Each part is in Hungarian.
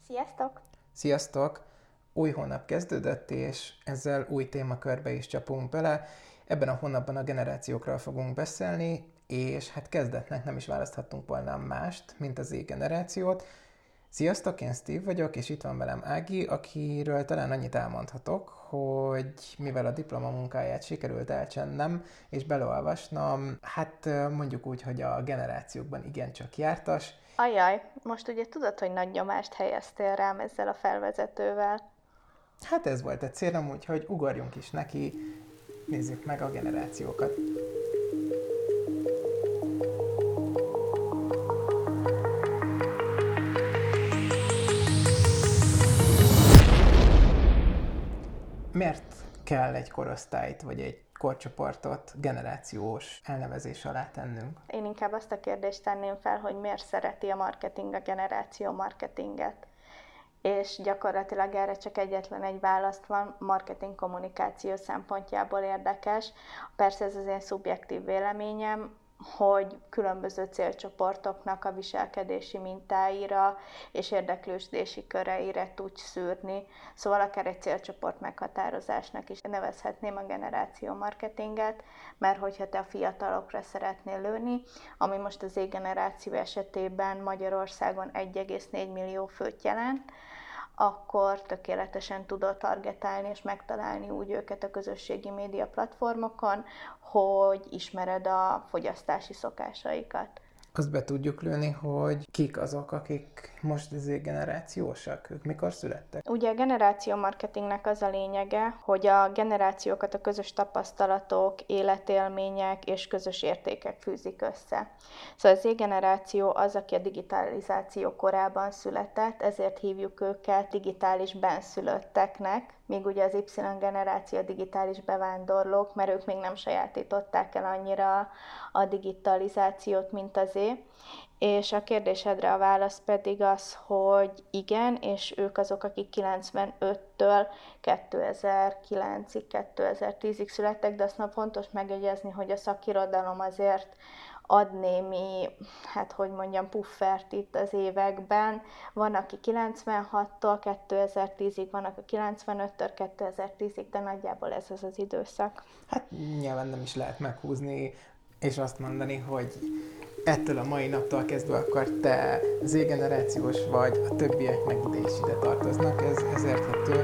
Sziasztok! Sziasztok! Új hónap kezdődött, és ezzel új témakörbe is csapunk bele. Ebben a hónapban a generációkról fogunk beszélni, és hát kezdetnek nem is választhattunk volna mást, mint az Z-generációt. Sziasztok, én Steve vagyok, és itt van velem Ági, akiről talán annyit elmondhatok, hogy mivel a diplomamunkáját sikerült elcsennem és beleolvasnom, hát mondjuk úgy, hogy a generációkban igencsak jártas. Ajaj, most ugye tudod, hogy nagy nyomást helyeztél rám ezzel a felvezetővel. Hát ez volt a célom, úgyhogy ugorjunk is neki, nézzük meg a generációkat. Miért kell egy korosztályt vagy egy korcsoportot generációs elnevezés alá tennünk? Én inkább azt a kérdést tenném fel, hogy miért szereti a marketing a generáció marketinget. És gyakorlatilag erre csak egyetlen egy választ van, marketing kommunikáció szempontjából érdekes. Persze ez az én szubjektív véleményem, hogy különböző célcsoportoknak a viselkedési mintáira és érdeklődési köreire tudj szűrni. Szóval akár egy célcsoport meghatározásnak is nevezhetném a generáció marketinget, mert hogyha te a fiatalokra szeretnél lőni, ami most az Z-generáció esetében Magyarországon 1,4 millió főt jelent, akkor tökéletesen tudod targetálni és megtalálni úgy őket a közösségi média platformokon, hogy ismered a fogyasztási szokásaikat. Azt be tudjuk lőni, hogy kik azok, akik most az generációsak, ők mikor születtek? Ugye a generáció marketingnek az a lényege, hogy a generációkat a közös tapasztalatok, életélmények és közös értékek fűzik össze. Szóval az Z-generáció az, aki a digitalizáció korában született, ezért hívjuk őket digitális benszülötteknek, míg ugye az Y-generáció a digitális bevándorlók, mert ők még nem sajátították el annyira a digitalizációt, mint az Z. És a kérdésedre a válasz pedig az, hogy igen, és ők azok, akik 95-től 2009-ig, 2010-ig születtek, de azt fontos megjegyezni, hogy a szakirodalom azért ad némi, puffert itt az években. Van, aki 96-tól 2010-ig, van, aki 95-től 2010-ig, de nagyjából ez az az időszak. Hát nyilván nem is lehet meghúzni, és azt mondani, hogy ettől a mai naptól kezdve akkor te Z-generációs vagy, a többiek meg ide is ide tartoznak, ez érthető.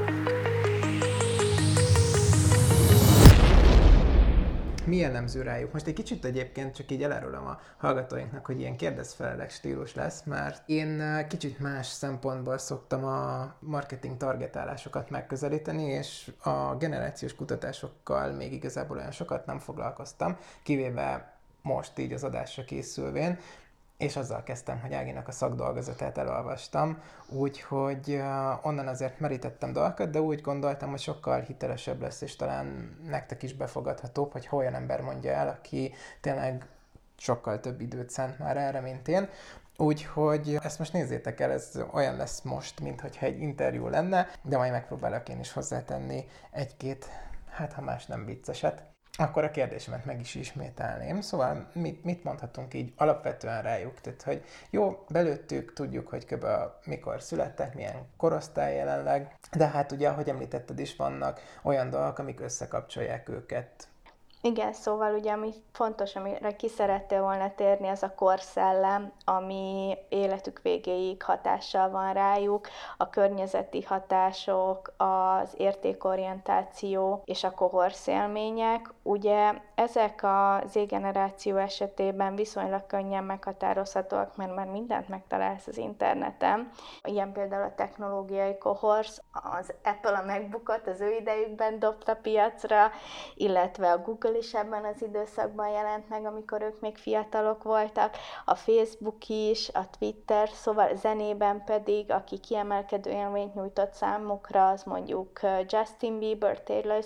Mi jellemző rájuk? Most egy kicsit egyébként csak így elárulom a hallgatóinknak, hogy ilyen kérdezfelelek stílus lesz, mert én kicsit más szempontból szoktam a marketing targetálásokat megközelíteni, és a generációs kutatásokkal még igazából olyan sokat nem foglalkoztam, kivéve most így az adásra készülvén, és azzal kezdtem, hogy Áginak a szakdolgozatát elolvastam, úgyhogy onnan azért merítettem dolgokat, de úgy gondoltam, hogy sokkal hitelesebb lesz, és talán nektek is befogadhatóbb, hogy olyan ember mondja el, aki tényleg sokkal több időt szánt már erre, mint én. Úgyhogy ezt most nézzétek el, ez olyan lesz most, mintha egy interjú lenne, de majd megpróbálok én is hozzátenni egy-két, hát ha más nem vicceset. Akkor a kérdésemet meg is ismételném. Szóval mit mondhatunk így alapvetően rájuk? Tehát, hogy jó, belőttük, tudjuk, hogy kb. Mikor születtek, milyen korosztály jelenleg, de hát ugye, ahogy említetted is, vannak olyan dolgok, amik összekapcsolják őket. Igen, szóval ugye ami fontos, amire ki szerettél volna térni, az a korszellem, ami életük végéig hatással van rájuk, a környezeti hatások, az értékorientáció és a kohorszélmények. Ugye ezek a Z-generáció esetében viszonylag könnyen meghatározhatóak, mert már mindent megtalálsz az interneten. Ilyen például a technológiai kohorsz, az Apple a MacBookot az ő idejükben dobta piacra, illetve a Google is ebben az időszakban jelent meg, amikor ők még fiatalok voltak, a Facebook is, a Twitter, szóval zenében pedig, aki kiemelkedő élményt nyújtott számukra, az mondjuk Justin Bieber,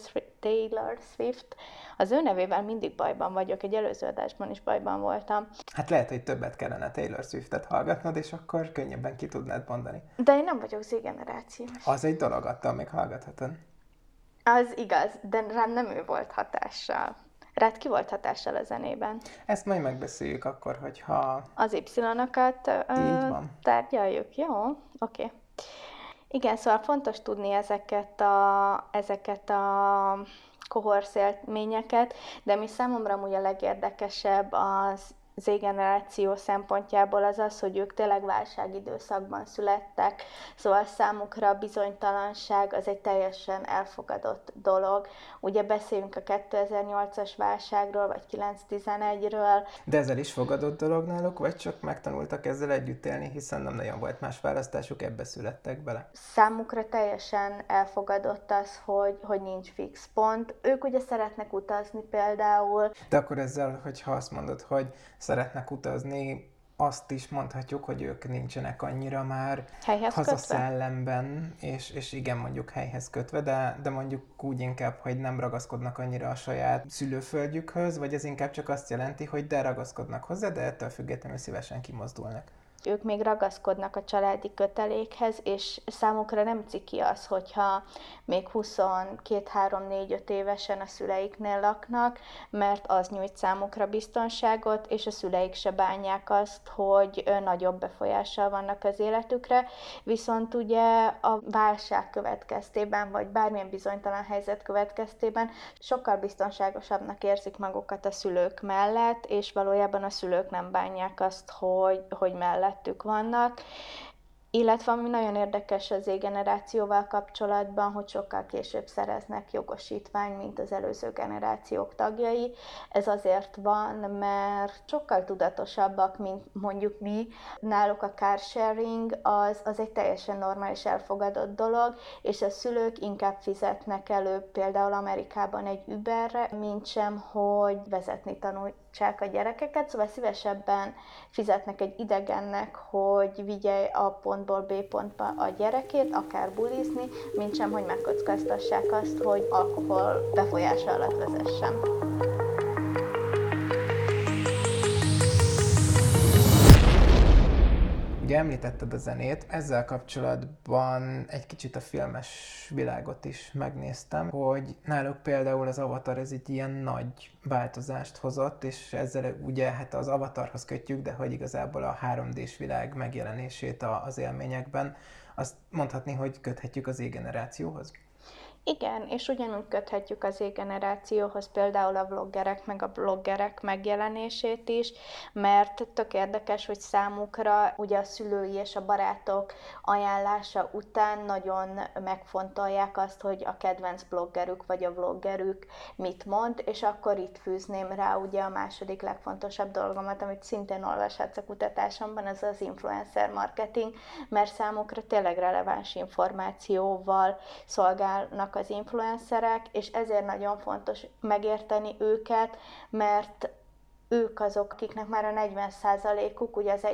Taylor Swift. Az ő nevével mindig bajban vagyok, egy előző adásban is bajban voltam. Hát lehet, hogy többet kellene Taylor Swiftet hallgatnod, és akkor könnyebben ki tudnád mondani. De én nem vagyok Z-generációs. Az egy dolog, attól még hallgathatod. Az igaz, de rám nem ő volt hatással. Rád ki volt hatással a zenében? Ezt majd megbeszéljük akkor, hogyha... Az Y-okat így van. tárgyaljuk, jó? Oké. Igen, szóval fontos tudni ezeket a kohorszélményeket, de mi számomra amúgy a legérdekesebb az Z-generáció szempontjából az az, hogy ők tényleg válságidőszakban születtek, szóval számukra a bizonytalanság az egy teljesen elfogadott dolog. Ugye beszélünk a 2008-as válságról, vagy 9-11-ről. De ezzel is fogadott dolog náluk, vagy csak megtanultak ezzel együtt élni, hiszen nem nagyon volt más választásuk, ebbe születtek bele? Számukra teljesen elfogadott az, hogy nincs fix pont. Ők ugye szeretnek utazni például. De akkor ezzel, hogyha azt mondod, hogy szeretnek utazni, azt is mondhatjuk, hogy ők nincsenek annyira már hazaszellemben, és igen, mondjuk helyhez kötve, de mondjuk úgy inkább, hogy nem ragaszkodnak annyira a saját szülőföldjükhöz, vagy ez inkább csak azt jelenti, hogy de ragaszkodnak hozzá, de ettől függetlenül szívesen kimozdulnak. Ők még ragaszkodnak a családi kötelékhez, és számukra nem ciki az, hogyha még 22-3-4-5 évesen a szüleiknél laknak, mert az nyújt számukra biztonságot, és a szüleik se bánják azt, hogy nagyobb befolyással vannak az életükre, viszont ugye a válság következtében, vagy bármilyen bizonytalan helyzet következtében sokkal biztonságosabbnak érzik magukat a szülők mellett, és valójában a szülők nem bánják azt, hogy mellettük vannak. Illetve ami nagyon érdekes az Z-generációval kapcsolatban, hogy sokkal később szereznek jogosítványt, mint az előző generációk tagjai. Ez azért van, mert sokkal tudatosabbak, mint mondjuk mi. Náluk a car sharing az egy teljesen normális, elfogadott dolog, és a szülők inkább fizetnek elő például Amerikában egy Uberre, mintsem, hogy vezetni tanulják a gyerekeket, szóval szívesebben fizetnek egy idegennek, hogy vigye a pontból B pontba a gyerekét, akár bulizni, mintsem, hogy megkockáztassák azt, hogy alkohol befolyása alatt vezessen. Ugye említetted a zenét, ezzel kapcsolatban egy kicsit a filmes világot is megnéztem, hogy náluk például az Avatar ez egy ilyen nagy változást hozott, és ezzel ugye hát az Avatarhoz kötjük, de hogy igazából a 3D-s világ megjelenését az élményekben, azt mondhatni, hogy köthetjük az Z-generációhoz. Igen, és ugyanúgy köthetjük az Z-generációhoz például a vloggerek meg a bloggerek megjelenését is, mert tök érdekes, hogy számukra ugye a szülői és a barátok ajánlása után nagyon megfontolják azt, hogy a kedvenc bloggerük vagy a vloggerük mit mond, és akkor itt fűzném rá ugye a második legfontosabb dolgomat, amit szintén olvashatsz a kutatásomban, az az influencer marketing, mert számukra tényleg releváns információval szolgálnak az influencerek, és ezért nagyon fontos megérteni őket, mert ők azok, akiknek már a 40%-uk, ugye az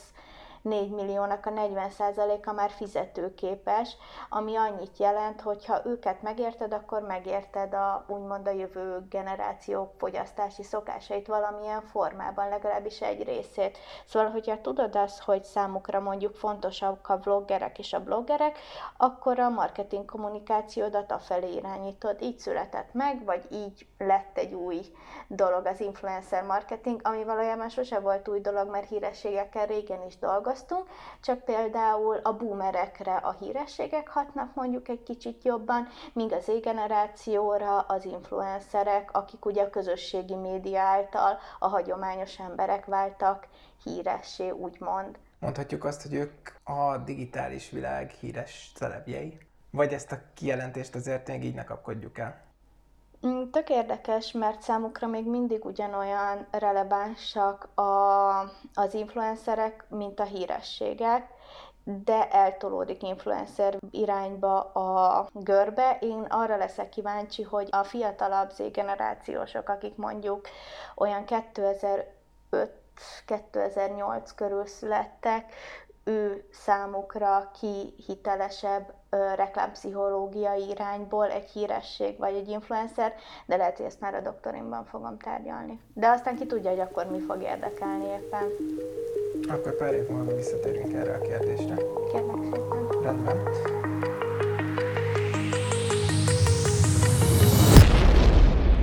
1,4 milliónak a 40%-a már fizetőképes, ami annyit jelent, hogy ha őket megérted, akkor megérted úgymond a jövő generációk fogyasztási szokásait valamilyen formában, legalábbis egy részét. Szóval, hogyha tudod azt, hogy számukra mondjuk fontosak a vloggerek és a bloggerek, akkor a marketing kommunikációdat afelé irányítod. Így született meg, vagy így lett egy új dolog az influencer marketing, ami valójában sose volt új dolog, mert hírességekkel régen is dolgoztunk, csak például a boomerekre a hírességek hatnak mondjuk egy kicsit jobban, míg az Z-generációra az influencerek, akik ugye a közösségi média által a hagyományos emberek váltak híressé, úgymond. Mondhatjuk azt, hogy ők a digitális világ híres celebjei? Vagy ezt a kijelentést azért még így ne kapkodjuk el? Tök érdekes, mert számukra még mindig ugyanolyan relevánsak az influencerek, mint a hírességek, de eltolódik influencer irányba a görbe. Én arra leszek kíváncsi, hogy a fiatalabb Z-generációsok, akik mondjuk olyan 2005-2008 körül születtek, ő számukra ki hitelesebb reklámpszichológiai irányból egy híresség vagy egy influencer, de lehet, hogy ezt már a doktorimban fogom tárgyalni. De aztán ki tudja, hogy akkor mi fog érdekelni éppen. Akkor pár év múlva visszatérünk erre a kérdésre. Kérlek szépen. Rendben. Most itt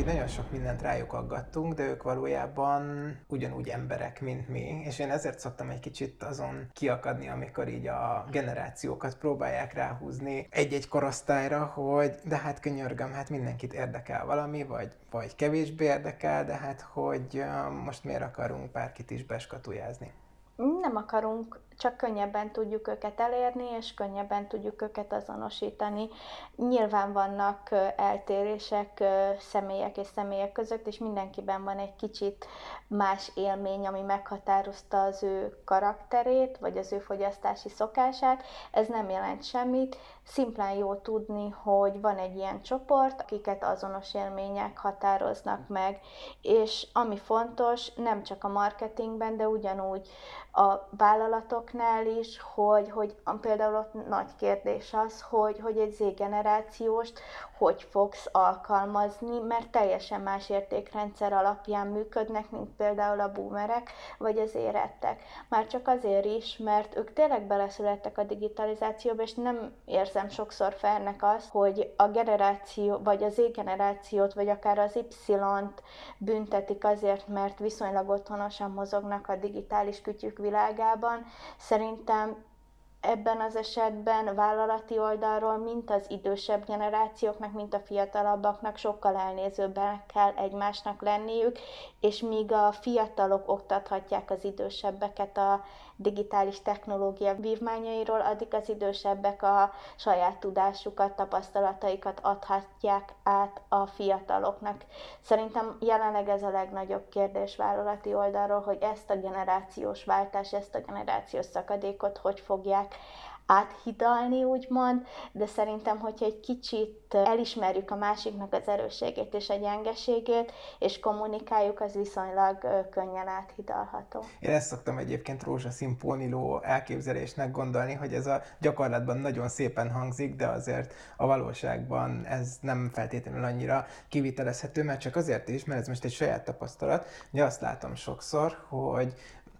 nagyon sok mindent rájuk aggattunk, de ők valójában ugyanúgy emberek, mint mi, és én ezért szoktam egy kicsit azon kiakadni, amikor így a generációkat próbálják ráhúzni egy-egy korosztályra, hogy de hát könyörgöm, hát mindenkit érdekel valami, vagy kevésbé érdekel, de hát hogy most miért akarunk bárkit is beskatujázni. Nem akarunk, csak könnyebben tudjuk őket elérni, és könnyebben tudjuk őket azonosítani. Nyilván vannak eltérések személyek és személyek között, és mindenkiben van egy kicsit más élmény, ami meghatározta az ő karakterét, vagy az ő fogyasztási szokását. Ez nem jelent semmit, szimplán jó tudni, hogy van egy ilyen csoport, akiket azonos élmények határoznak meg, és ami fontos, nem csak a marketingben, de ugyanúgy a vállalatoknál is, hogy például ott nagy kérdés az, hogy egy Z-generációst hogy fogsz alkalmazni, mert teljesen más értékrendszer alapján működnek, mint például a boomerek, vagy az érettek. Már csak azért is, mert ők tényleg beleszülettek a digitalizációba, és nem érzem sokszor felnek azt, hogy a generáció, vagy az Z-generációt, vagy akár az Y-t büntetik azért, mert viszonylag otthonosan mozognak a digitális kütyük világában. Szerintem ebben az esetben vállalati oldalról mint az idősebb generációknak, mint a fiatalabbaknak sokkal elnézőbbnek kell egymásnak lenniük, és míg a fiatalok oktathatják az idősebbeket a digitális technológia vívmányairól, addig az idősebbek a saját tudásukat, tapasztalataikat adhatják át a fiataloknak. Szerintem jelenleg ez a legnagyobb kérdés vállalati oldalról, hogy ezt a generációs váltást, ezt a generációs szakadékot hogy fogják áthidalni, úgymond, de szerintem, hogyha egy kicsit elismerjük a másiknak az erősségét és a gyengeségét, és kommunikáljuk, az viszonylag könnyen áthidalható. Én ezt szoktam egyébként rózsaszín póniló elképzelésnek gondolni, hogy ez a gyakorlatban nagyon szépen hangzik, de azért a valóságban ez nem feltétlenül annyira kivitelezhető, mert csak azért is, mert ez most egy saját tapasztalat, hogy azt látom sokszor, hogy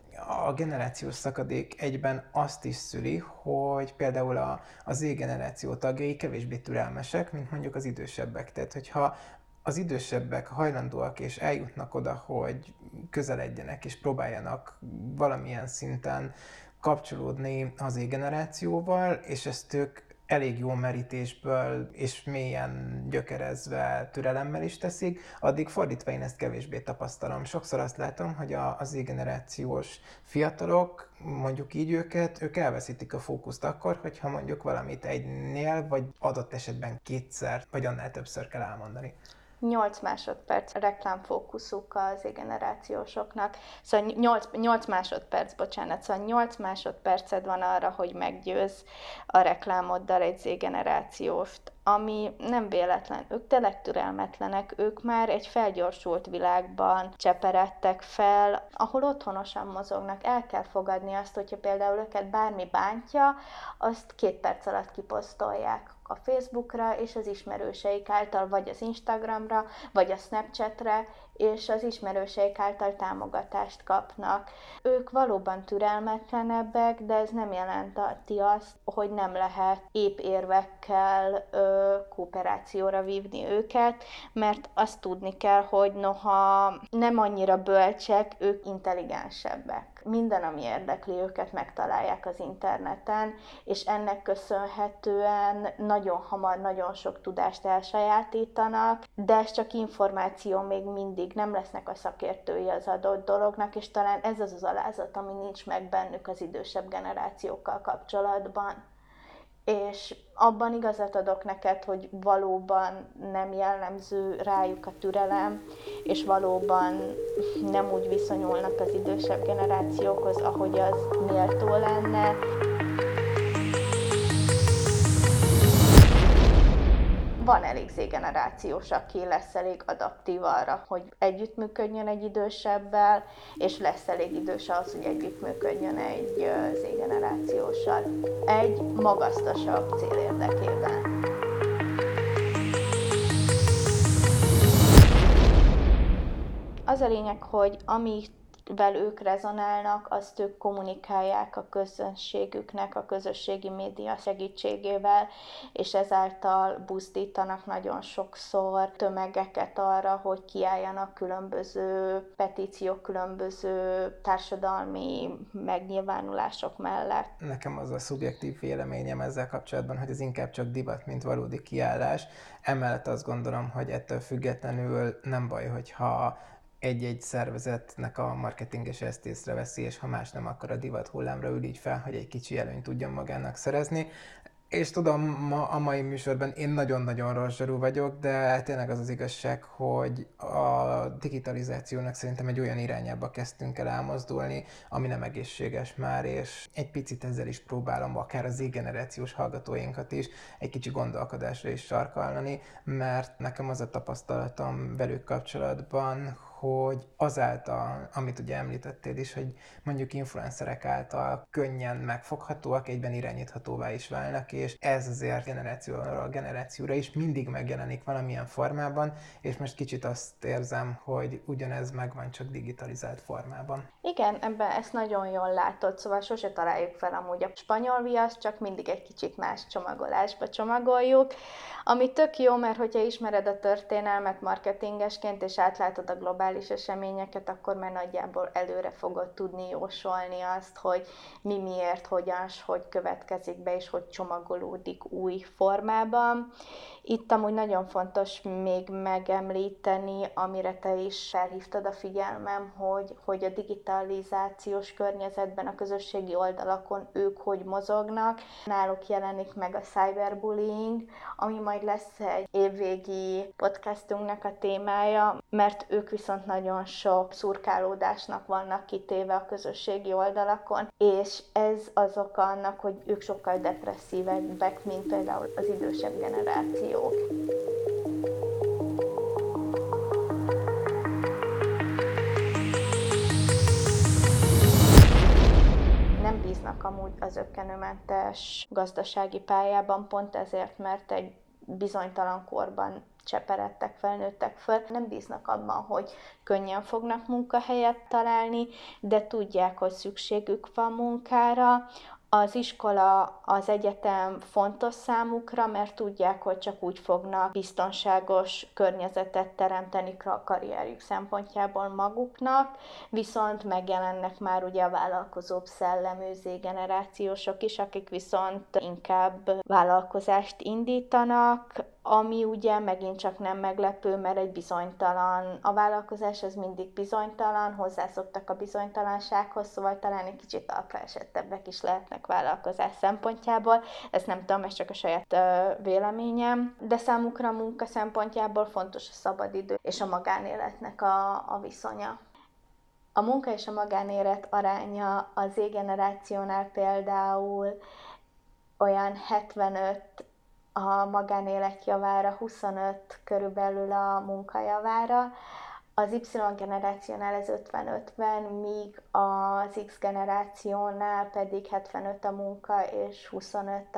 a generációs szakadék egyben azt is szüli, hogy például az Z-generáció tagjai kevésbé türelmesek, mint mondjuk az idősebbek. Tehát, hogyha az idősebbek hajlandóak és eljutnak oda, hogy közeledjenek és próbáljanak valamilyen szinten kapcsolódni az Z-generációval, és ezt ők elég jó merítésből és mélyen gyökerezve türelemmel is teszik, addig fordítva én ezt kevésbé tapasztalom. Sokszor azt látom, hogy az Z-generációs fiatalok, mondjuk így ők elveszítik a fókuszt akkor, hogyha mondjuk valamit egynél, vagy adott esetben kétszer, vagy annál többször kell elmondani. 8 másodperc reklámfókuszuk az Z-generációsoknak. Szóval 8 másodperc, bocsánat, szóval 8 másodperced van arra, hogy meggyőzz a reklámoddal egy Z-generációst, ami nem véletlen. Ők tényleg türelmetlenek, ők már egy felgyorsult világban cseperedtek fel, ahol otthonosan mozognak. El kell fogadni azt, hogyha például őket bármi bántja, azt 2 perc alatt kiposztolják a Facebookra, és az ismerőseik által, vagy az Instagramra, vagy a Snapchatre, és az ismerőseik által támogatást kapnak. Ők valóban türelmetlenebbek, de ez nem jelenti azt, hogy nem lehet épp érvekkel kooperációra vívni őket, mert azt tudni kell, hogy noha nem annyira bölcsek, ők intelligensebbek. Minden, ami érdekli őket, megtalálják az interneten, és ennek köszönhetően nagyon hamar nagyon sok tudást elsajátítanak, de ez csak információ még mindig, nem lesznek a szakértői az adott dolognak, és talán ez az alázat, ami nincs meg bennük az idősebb generációkkal kapcsolatban. És abban igazat adok neked, hogy valóban nem jellemző rájuk a türelem, és valóban nem úgy viszonyulnak az idősebb generációkhoz, ahogy az méltó lenne. Van elég Z-generációs, aki lesz elég adaptív arra, hogy együttműködjön egy idősebbel, és lesz elég idős ahhoz, hogy együttműködjön egy Z-generációssal. Egy magasztosabb cél érdekében. Az a lényeg, hogy amit amivel ők rezonálnak, azt ők kommunikálják a közönségüknek a közösségi média segítségével, és ezáltal buzdítanak nagyon sokszor tömegeket arra, hogy kiálljanak különböző petíciók, különböző társadalmi megnyilvánulások mellett. Nekem az a szubjektív véleményem ezzel kapcsolatban, hogy ez inkább csak divat, mint valódi kiállás. Emellett azt gondolom, hogy ettől függetlenül nem baj, hogyha egy-egy szervezetnek a marketinges ezt észreveszi, és ha más nem, akkor a divat hullámra ül így fel, hogy egy kicsi előnyt tudjon magának szerezni. És tudom, a mai műsorban én nagyon-nagyon rossz zsarú vagyok, de tényleg az az igazság, hogy a digitalizációnak szerintem egy olyan irányába kezdtünk el elmozdulni, ami nem egészséges már, és egy picit ezzel is próbálom akár az Z-generációs hallgatóinkat is egy kicsi gondolkodásra is sarkalni, mert nekem az a tapasztalatom velük kapcsolatban, hogy azáltal, amit ugye említettél is, hogy mondjuk influencerek által könnyen megfoghatóak, egyben irányíthatóvá is válnak, és ez azért generációról generációra is mindig megjelenik valamilyen formában, és most kicsit azt érzem, hogy ugyanez megvan, csak digitalizált formában. Igen, ebben ezt nagyon jól látod, szóval sose találjuk fel amúgy a spanyol viaszt, csak mindig egy kicsit más csomagolásba csomagoljuk, ami tök jó, mert hogyha ismered a történelmet marketingesként, és átlátod a globális eseményeket, akkor már nagyjából előre fogod tudni jósolni azt, hogy mi miért, hogyan, hogy következik be, és hogy csomagolódik új formában. Itt amúgy nagyon fontos még megemlíteni, amire te is felhívtad a figyelmem, hogy a digitalizációs környezetben, a közösségi oldalakon ők hogy mozognak. Náluk jelenik meg a cyberbullying, ami majd lesz egy évvégi podcastunknak a témája, mert ők viszont nagyon sok szurkálódásnak vannak kitéve a közösségi oldalakon, és ez az oka annak, hogy ők sokkal depresszívebbek, mint például az idősebb generációk. Nem bíznak amúgy az zökkenőmentes gazdasági pályában, pont ezért, mert egy bizonytalan korban cseperedtek, felnőttek föl. Nem bíznak abban, hogy könnyen fognak munkahelyet találni, de tudják, hogy szükségük van munkára. Az iskola, az egyetem fontos számukra, mert tudják, hogy csak úgy fognak biztonságos környezetet teremteni a karrierjük szempontjából maguknak, viszont megjelennek már ugye a vállalkozóbb szellemű Z-generációsok is, akik viszont inkább vállalkozást indítanak, ami ugye megint csak nem meglepő, mert egy bizonytalan, a vállalkozás az mindig bizonytalan, hozzászoktak a bizonytalansághoz, szóval talán egy kicsit alkaesettebbek is lehetnek vállalkozás szempontjából, ezt nem tudom, ez csak a saját véleményem, de számukra a munka szempontjából fontos a szabadidő és a magánéletnek a viszonya. A munka és a magánélet aránya az Z-generációnál például olyan 75 a magánélet javára, 25 körülbelül a munka javára. Az Y-generációnál ez 50-50, míg az X-generációnál pedig 75 a munka és 25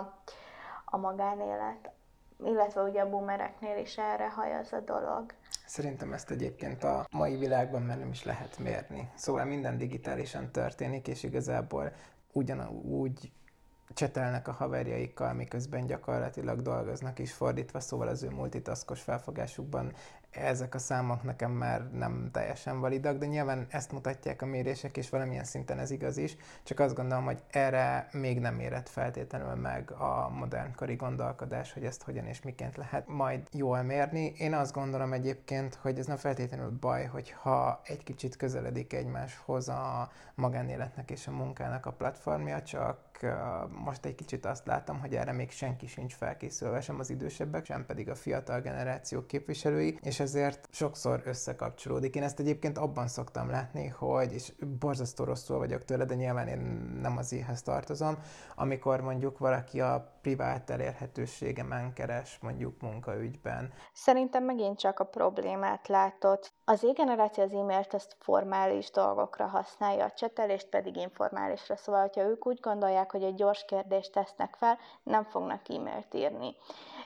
a magánélet. Illetve ugye a boomereknél is erre hajaz a dolog. Szerintem ezt egyébként a mai világban már nem is lehet mérni. Szóval minden digitálisan történik, és igazából ugyanúgy csetelnek a haverjaikkal, miközben gyakorlatilag dolgoznak is fordítva, szóval az ő multitaskos felfogásukban ezek a számok nekem már nem teljesen validak, de nyilván ezt mutatják a mérések, és valamilyen szinten ez igaz is, csak azt gondolom, hogy erre még nem érett feltétlenül meg a modernkori gondolkodás, hogy ezt hogyan és miként lehet majd jól mérni. Én azt gondolom egyébként, hogy ez nem feltétlenül baj, hogyha egy kicsit közeledik egymáshoz a magánéletnek és a munkának a platformja, csak most egy kicsit azt látom, hogy erre még senki sincs felkészülve, sem az idősebbek, sem pedig a fiatal generációk képviselői, és ezért sokszor összekapcsolódik. Én ezt egyébként abban szoktam látni, hogy, és borzasztó rosszul vagyok tőle, de nyilván én nem az éhez tartozom, amikor mondjuk valaki a privát elérhetőségemen keres mondjuk munkaügyben. Szerintem megint csak a problémát látod. Az Z-generáció az e-mailt ezt formális dolgokra használja, a csetelést pedig informálisra. Szóval, hogyha ők úgy gondolják, hogy egy gyors kérdést tesznek fel, nem fognak e-mailt írni.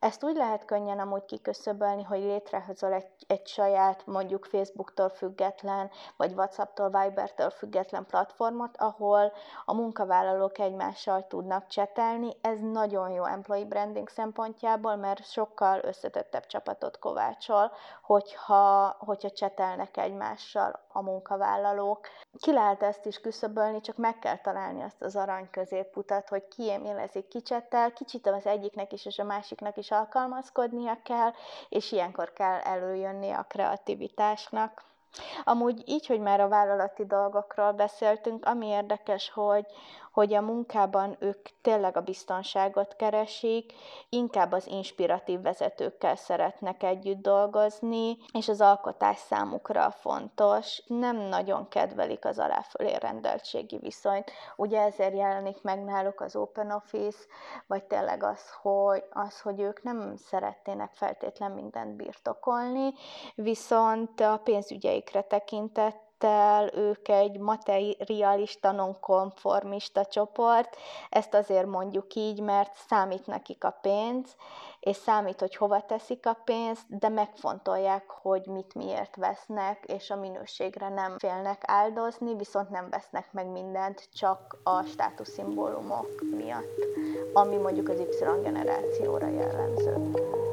Ezt úgy lehet könnyen amúgy kiküszöbölni, hogy létrehozol egy saját, mondjuk Facebooktól független, vagy WhatsApptól, Vibertől független platformot, ahol a munkavállalók egymással tudnak csetelni. Ez nagyon jó employee branding szempontjából, mert sokkal összetettebb csapatot kovácsol, hogyha csetelnek egymással a munkavállalók. Ki lehet ezt is küszöbölni, csak meg kell találni azt az arany középutat, hogy ki e-mailezik, ki csetel, kicsit az egyiknek is és a másiknak is alkalmazkodnia kell, és ilyenkor kell előjönni a kreativitásnak. Amúgy így, hogy már a vállalati dolgokról beszéltünk, ami érdekes, hogy a munkában ők tényleg a biztonságot keresik, inkább az inspiratív vezetőkkel szeretnek együtt dolgozni, és az alkotás számukra fontos. Nem nagyon kedvelik az alá-fölé rendeltségi viszonyt. Ugye ezért jelenik meg náluk az Open Office, vagy tényleg hogy ők nem szeretnének feltétlen mindent birtokolni, viszont a pénzügyeikre tekintett, ők egy materialista, nonkonformista csoport. Ezt azért mondjuk így, mert számít nekik a pénz, és számít, hogy hova teszik a pénzt, de megfontolják, hogy mit miért vesznek, és a minőségre nem félnek áldozni, viszont nem vesznek meg mindent csak a státuszszimbólumok miatt, ami mondjuk az Y generációra jellemző.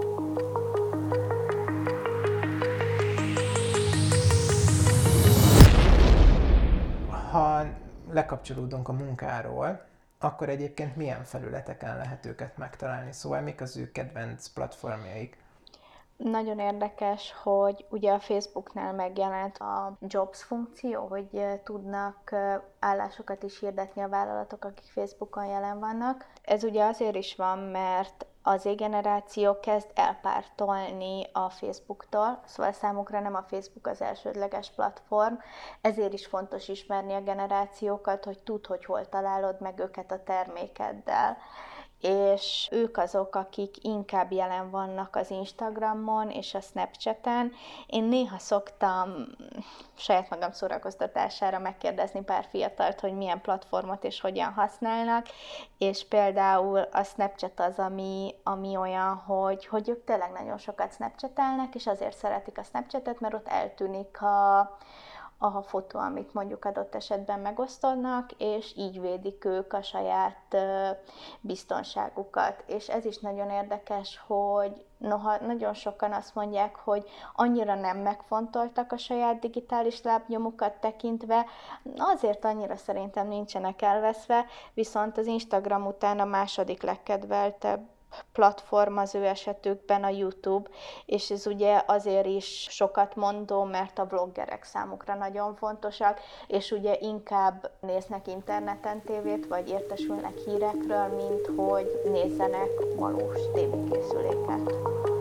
Ha lekapcsolódunk a munkáról, akkor egyébként milyen felületeken lehet őket megtalálni? Szóval mik az ő kedvenc platformjaik? Nagyon érdekes, hogy ugye a Facebooknál megjelent a Jobs funkció, hogy tudnak állásokat is hirdetni a vállalatok, akik Facebookon jelen vannak. Ez ugye azért is van, mert az Z-generáció kezd elpártolni a Facebooktól, szóval számukra nem a Facebook az elsődleges platform, ezért is fontos ismerni a generációkat, hogy tudd, hogy hol találod meg őket a termékeddel. És ők azok, akik inkább jelen vannak az Instagramon és a Snapchaten. Én néha szoktam saját magam szórakoztatására megkérdezni pár fiatalt, hogy milyen platformot és hogyan használnak, és például a Snapchat az, ami olyan, hogy ők tényleg nagyon sokat Snapchatelnek, és azért szeretik a Snapchatet, mert ott eltűnik a fotó, amit mondjuk adott esetben megosztanak, és így védik ők a saját biztonságukat. És ez is nagyon érdekes, hogy noha nagyon sokan azt mondják, hogy annyira nem megfontoltak a saját digitális lábnyomukat tekintve, azért annyira szerintem nincsenek elveszve, viszont az Instagram után a második legkedveltebb platform az ő esetükben a YouTube, és ez ugye azért is sokat mondó, mert a vloggerek számukra nagyon fontosak, és ugye inkább néznek interneten tévét, vagy értesülnek hírekről, mint hogy nézzenek valós tévékészüléket.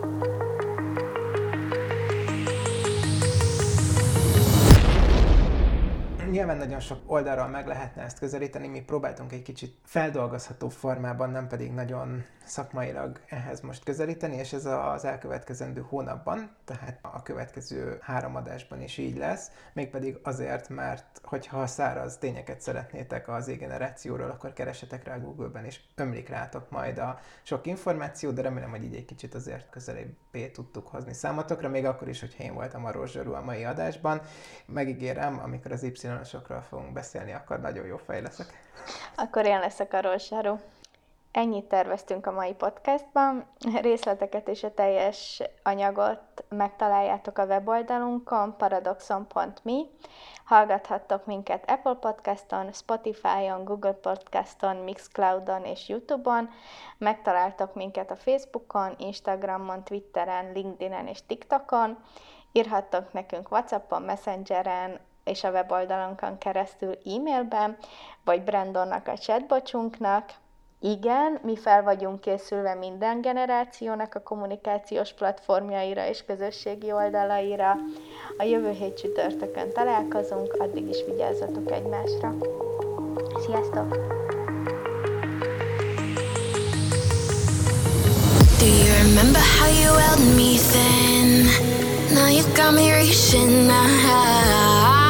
Nyilván nagyon sok oldalról meg lehetne ezt közelíteni, mi próbáltunk egy kicsit feldolgozható formában, nem pedig nagyon szakmailag ehhez most közelíteni, és ez az elkövetkezendő hónapban, tehát a következő 3 adásban is így lesz, mégpedig azért, mert hogyha száraz tényeket szeretnétek az Z-generációról, akkor keresetek rá Google-ben, és ömlik rátok majd a sok információ, de remélem, hogy így egy kicsit azért közelébbé tudtuk hozni számotokra, még akkor is, hogyha én voltam a Rózsarú a mai adásban. Megígérem, amikor az Y-osokról fogunk beszélni, akkor nagyon jó fej leszek. Akkor én leszek a Rózsarú. Ennyit terveztünk a mai podcastban. Részleteket és a teljes anyagot megtaláljátok a weboldalunkon, paradoxon.me. Hallgathattok minket Apple Podcaston, Spotify-on, Google Podcaston, Mixcloudon és YouTube-on. Megtaláltok minket a Facebookon, Instagramon, Twitteren, LinkedInen és TikTokon. Írhattok nekünk WhatsAppon, Messengeren és a weboldalunkon keresztül e-mailben, vagy Brandonnak a chatbotjunknak. Igen, mi fel vagyunk készülve minden generációnak a kommunikációs platformjaira és közösségi oldalaira. A jövő hét csütörtökön találkozunk, addig is vigyázzatok egymásra. Sziasztok! Do you remember how you held me then? Now you got me reaching out.